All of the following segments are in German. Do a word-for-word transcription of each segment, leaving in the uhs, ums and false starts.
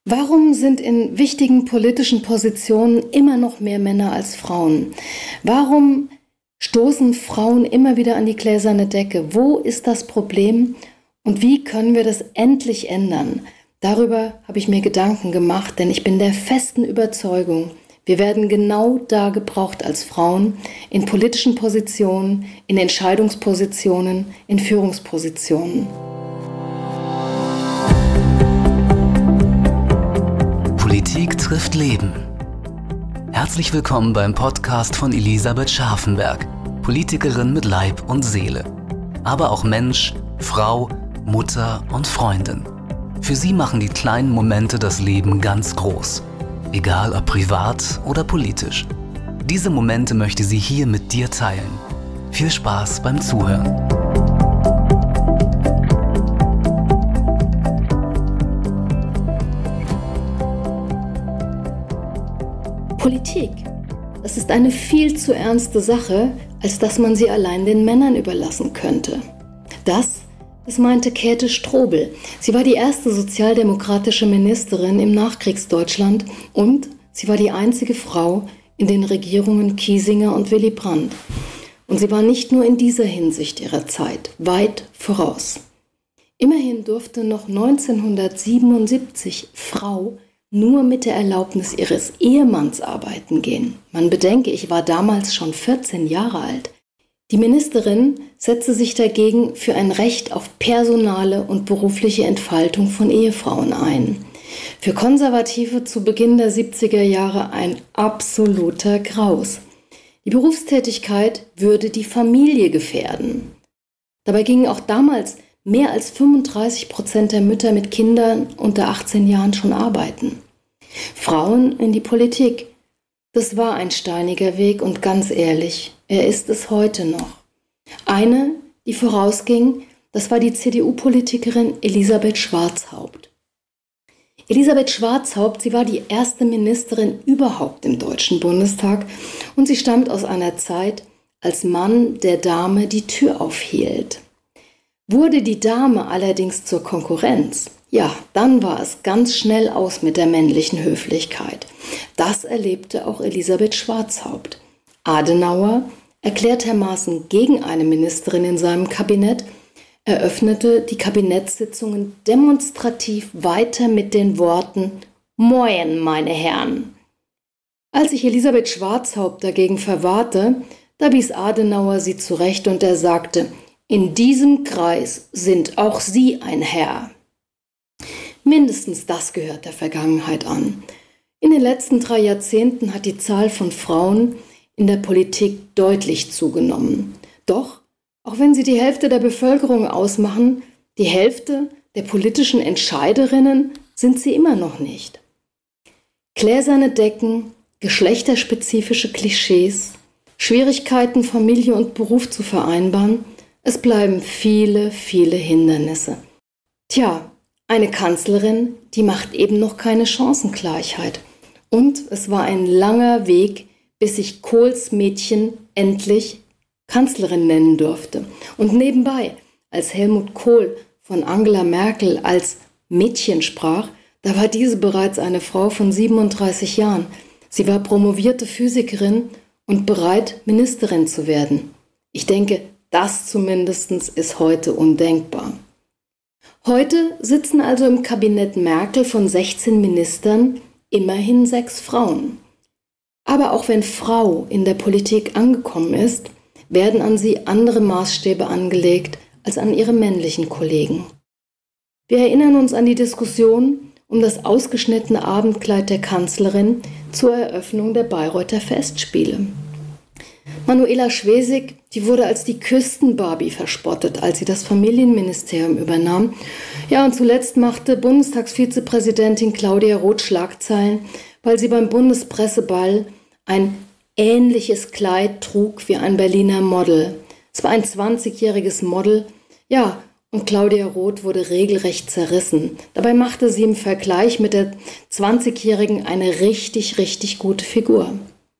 Warum sind in wichtigen politischen Positionen immer noch mehr Männer als Frauen? Warum stoßen Frauen immer wieder an die gläserne Decke? Wo ist das Problem und wie können wir das endlich ändern? Darüber habe ich mir Gedanken gemacht, denn ich bin der festen Überzeugung, wir werden genau da gebraucht als Frauen, in politischen Positionen, in Entscheidungspositionen, in Führungspositionen. Politik trifft Leben. Herzlich willkommen beim Podcast von Elisabeth Scharfenberg, Politikerin mit Leib und Seele. Aber auch Mensch, Frau, Mutter und Freundin. Für sie machen die kleinen Momente das Leben ganz groß. Egal ob privat oder politisch. Diese Momente möchte sie hier mit dir teilen. Viel Spaß beim Zuhören. Politik, das ist eine viel zu ernste Sache, als dass man sie allein den Männern überlassen könnte. Das, das meinte Käthe Strobel. Sie war die erste sozialdemokratische Ministerin im Nachkriegsdeutschland und sie war die einzige Frau in den Regierungen Kiesinger und Willy Brandt. Und sie war nicht nur in dieser Hinsicht ihrer Zeit weit voraus. Immerhin durfte noch neunzehnhundertsiebenundsiebzig Frau nur mit der Erlaubnis ihres Ehemanns arbeiten gehen. Man bedenke, ich war damals schon vierzehn Jahre alt. Die Ministerin setzte sich dagegen für ein Recht auf personale und berufliche Entfaltung von Ehefrauen ein. Für Konservative zu Beginn der siebziger Jahre ein absoluter Graus. Die Berufstätigkeit würde die Familie gefährden. Dabei gingen auch damals mehr als fünfunddreißig Prozent der Mütter mit Kindern unter achtzehn Jahren schon arbeiten. Frauen in die Politik. Das war ein steiniger Weg und ganz ehrlich, er ist es heute noch. Eine, die vorausging, das war die C D U-Politikerin Elisabeth Schwarzhaupt. Elisabeth Schwarzhaupt, sie war die erste Ministerin überhaupt im Deutschen Bundestag und sie stammt aus einer Zeit, als Mann der Dame die Tür aufhielt. Wurde die Dame allerdings zur Konkurrenz, ja, dann war es ganz schnell aus mit der männlichen Höflichkeit. Das erlebte auch Elisabeth Schwarzhaupt. Adenauer, erklärtermaßen gegen eine Ministerin in seinem Kabinett, eröffnete die Kabinettssitzungen demonstrativ weiter mit den Worten »Moin, meine Herren«. Als sich Elisabeth Schwarzhaupt dagegen verwahrte, da wies Adenauer sie zurecht und er sagte: »In diesem Kreis sind auch Sie ein Herr.« Mindestens das gehört der Vergangenheit an. In den letzten drei Jahrzehnten hat die Zahl von Frauen in der Politik deutlich zugenommen. Doch, auch wenn sie die Hälfte der Bevölkerung ausmachen, die Hälfte der politischen Entscheiderinnen sind sie immer noch nicht. Gläserne Decken, geschlechterspezifische Klischees, Schwierigkeiten, Familie und Beruf zu vereinbaren, es bleiben viele, viele Hindernisse. Tja, eine Kanzlerin, die macht eben noch keine Chancengleichheit. Und es war ein langer Weg, bis sich Kohls Mädchen endlich Kanzlerin nennen durfte. Und nebenbei, als Helmut Kohl von Angela Merkel als Mädchen sprach, da war diese bereits eine Frau von siebenunddreißig Jahren. Sie war promovierte Physikerin und bereit, Ministerin zu werden. Ich denke, das zumindest ist heute undenkbar. Heute sitzen also im Kabinett Merkel von sechzehn Ministern immerhin sechs Frauen. Aber auch wenn Frau in der Politik angekommen ist, werden an sie andere Maßstäbe angelegt als an ihre männlichen Kollegen. Wir erinnern uns an die Diskussion um das ausgeschnittene Abendkleid der Kanzlerin zur Eröffnung der Bayreuther Festspiele. Manuela Schwesig, die wurde als die Küstenbarbie verspottet, als sie das Familienministerium übernahm. Ja, und zuletzt machte Bundestagsvizepräsidentin Claudia Roth Schlagzeilen, weil sie beim Bundespresseball ein ähnliches Kleid trug wie ein Berliner Model. Es war ein zwanzigjähriges Model, ja, und Claudia Roth wurde regelrecht zerrissen. Dabei machte sie im Vergleich mit der zwanzigjährigen eine richtig, richtig gute Figur.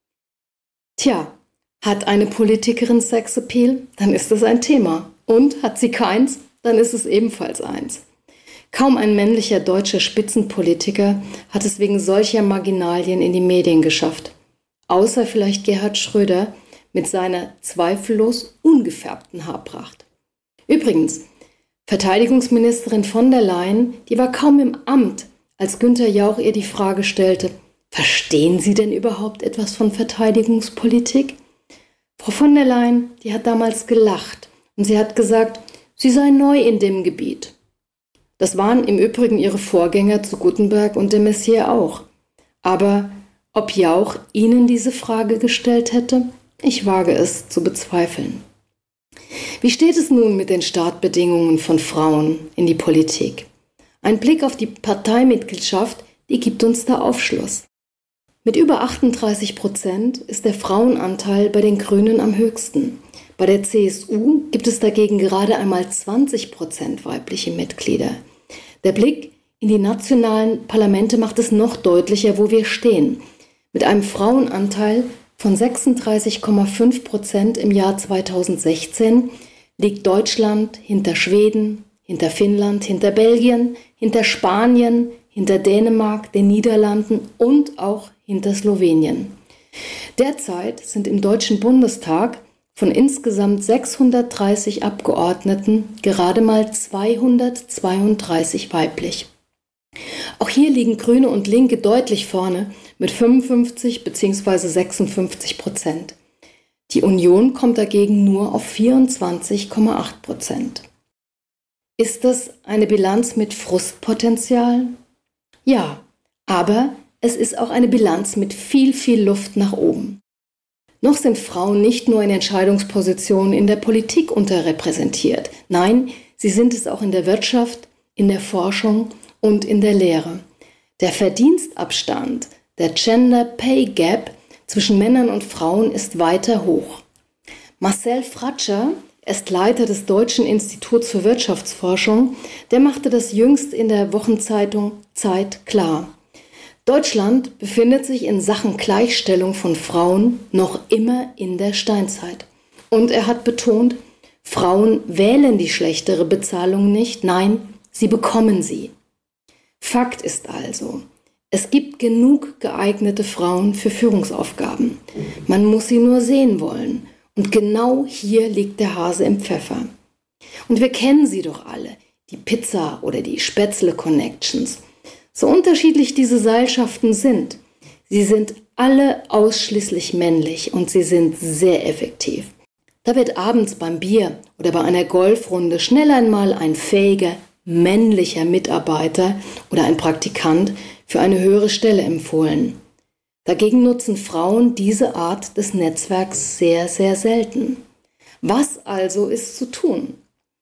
Tja, hat eine Politikerin Sexappeal? Dann ist es ein Thema. Und hat sie keins? Dann ist es ebenfalls eins. Kaum ein männlicher deutscher Spitzenpolitiker hat es wegen solcher Marginalien in die Medien geschafft. Außer vielleicht Gerhard Schröder mit seiner zweifellos ungefärbten Haarpracht. Übrigens, Verteidigungsministerin von der Leyen, die war kaum im Amt, als Günther Jauch ihr die Frage stellte, verstehen Sie denn überhaupt etwas von Verteidigungspolitik? Frau von der Leyen, die hat damals gelacht und sie hat gesagt, sie sei neu in dem Gebiet. Das waren im Übrigen ihre Vorgänger zu Guttenberg und de Maizière auch. Aber ob Jauch ihnen diese Frage gestellt hätte, ich wage es zu bezweifeln. Wie steht es nun mit den Startbedingungen von Frauen in die Politik? Ein Blick auf die Parteimitgliedschaft, die gibt uns da Aufschluss. Mit über achtunddreißig Prozent ist der Frauenanteil bei den Grünen am höchsten. Bei der C S U gibt es dagegen gerade einmal zwanzig Prozent weibliche Mitglieder. Der Blick in die nationalen Parlamente macht es noch deutlicher, wo wir stehen. Mit einem Frauenanteil von sechsunddreißig Komma fünf Prozent im Jahr zweitausendsechzehn liegt Deutschland hinter Schweden, hinter Finnland, hinter Belgien, hinter Spanien, hinter Dänemark, den Niederlanden und auch hinter Slowenien. Derzeit sind im Deutschen Bundestag von insgesamt sechshundertdreißig Abgeordneten gerade mal zweihundertzweiunddreißig weiblich. Auch hier liegen Grüne und Linke deutlich vorne mit fünfundfünfzig bzw. sechsundfünfzig Prozent. Die Union kommt dagegen nur auf vierundzwanzig Komma acht Prozent. Ist das eine Bilanz mit Frustpotenzial? Ja, aber es ist auch eine Bilanz mit viel, viel Luft nach oben. Noch sind Frauen nicht nur in Entscheidungspositionen in der Politik unterrepräsentiert. Nein, sie sind es auch in der Wirtschaft, in der Forschung und in der Lehre. Der Verdienstabstand, der Gender Pay Gap zwischen Männern und Frauen ist weiter hoch. Marcel Fratscher ist Leiter des Deutschen Instituts für Wirtschaftsforschung, der machte das jüngst in der Wochenzeitung Zeit klar. Deutschland befindet sich in Sachen Gleichstellung von Frauen noch immer in der Steinzeit. Und er hat betont, Frauen wählen die schlechtere Bezahlung nicht, nein, sie bekommen sie. Fakt ist also, es gibt genug geeignete Frauen für Führungsaufgaben. Man muss sie nur sehen wollen. Und genau hier liegt der Hase im Pfeffer. Und wir kennen sie doch alle, die Pizza- oder die Spätzle-Connections. So unterschiedlich diese Seilschaften sind, sie sind alle ausschließlich männlich und sie sind sehr effektiv. Da wird abends beim Bier oder bei einer Golfrunde schnell einmal ein fähiger, männlicher Mitarbeiter oder ein Praktikant für eine höhere Stelle empfohlen. Dagegen nutzen Frauen diese Art des Netzwerks sehr, sehr selten. Was also ist zu tun?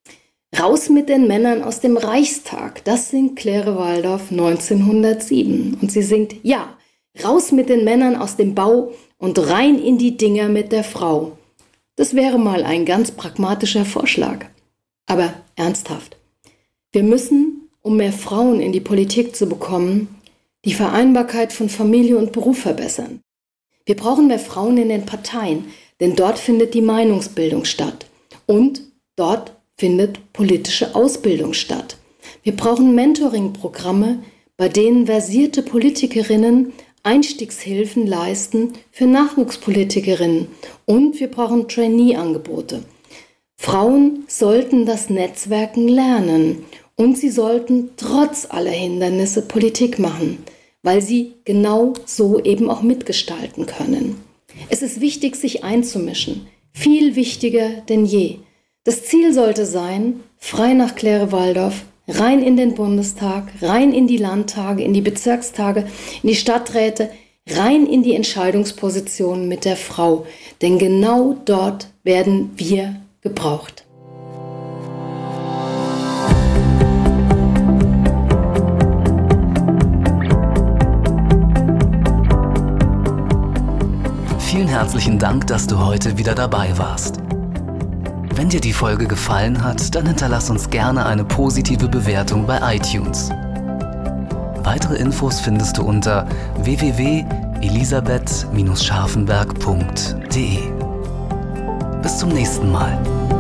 Raus mit den Männern aus dem Reichstag, das singt Claire Waldorf neunzehnhundertsieben. Und sie singt, ja, raus mit den Männern aus dem Bau und rein in die Dinger mit der Frau. Das wäre mal ein ganz pragmatischer Vorschlag. Aber ernsthaft, wir müssen, um mehr Frauen in die Politik zu bekommen, die Vereinbarkeit von Familie und Beruf verbessern. Wir brauchen mehr Frauen in den Parteien, denn dort findet die Meinungsbildung statt. Und dort findet politische Ausbildung statt. Wir brauchen Mentoring-Programme, bei denen versierte Politikerinnen Einstiegshilfen leisten für Nachwuchspolitikerinnen. Und wir brauchen Trainee-Angebote. Frauen sollten das Netzwerken lernen und sie sollten trotz aller Hindernisse Politik machen, weil sie genau so eben auch mitgestalten können. Es ist wichtig, sich einzumischen, viel wichtiger denn je. Das Ziel sollte sein, frei nach Claire Waldorf, rein in den Bundestag, rein in die Landtage, in die Bezirkstage, in die Stadträte, rein in die Entscheidungspositionen mit der Frau. Denn genau dort werden wir gebraucht. Vielen herzlichen Dank, dass du heute wieder dabei warst. Wenn dir die Folge gefallen hat, dann hinterlass uns gerne eine positive Bewertung bei iTunes. Weitere Infos findest du unter w w w punkt elisabeth Bindestrich scharfenberg punkt de. Bis zum nächsten Mal.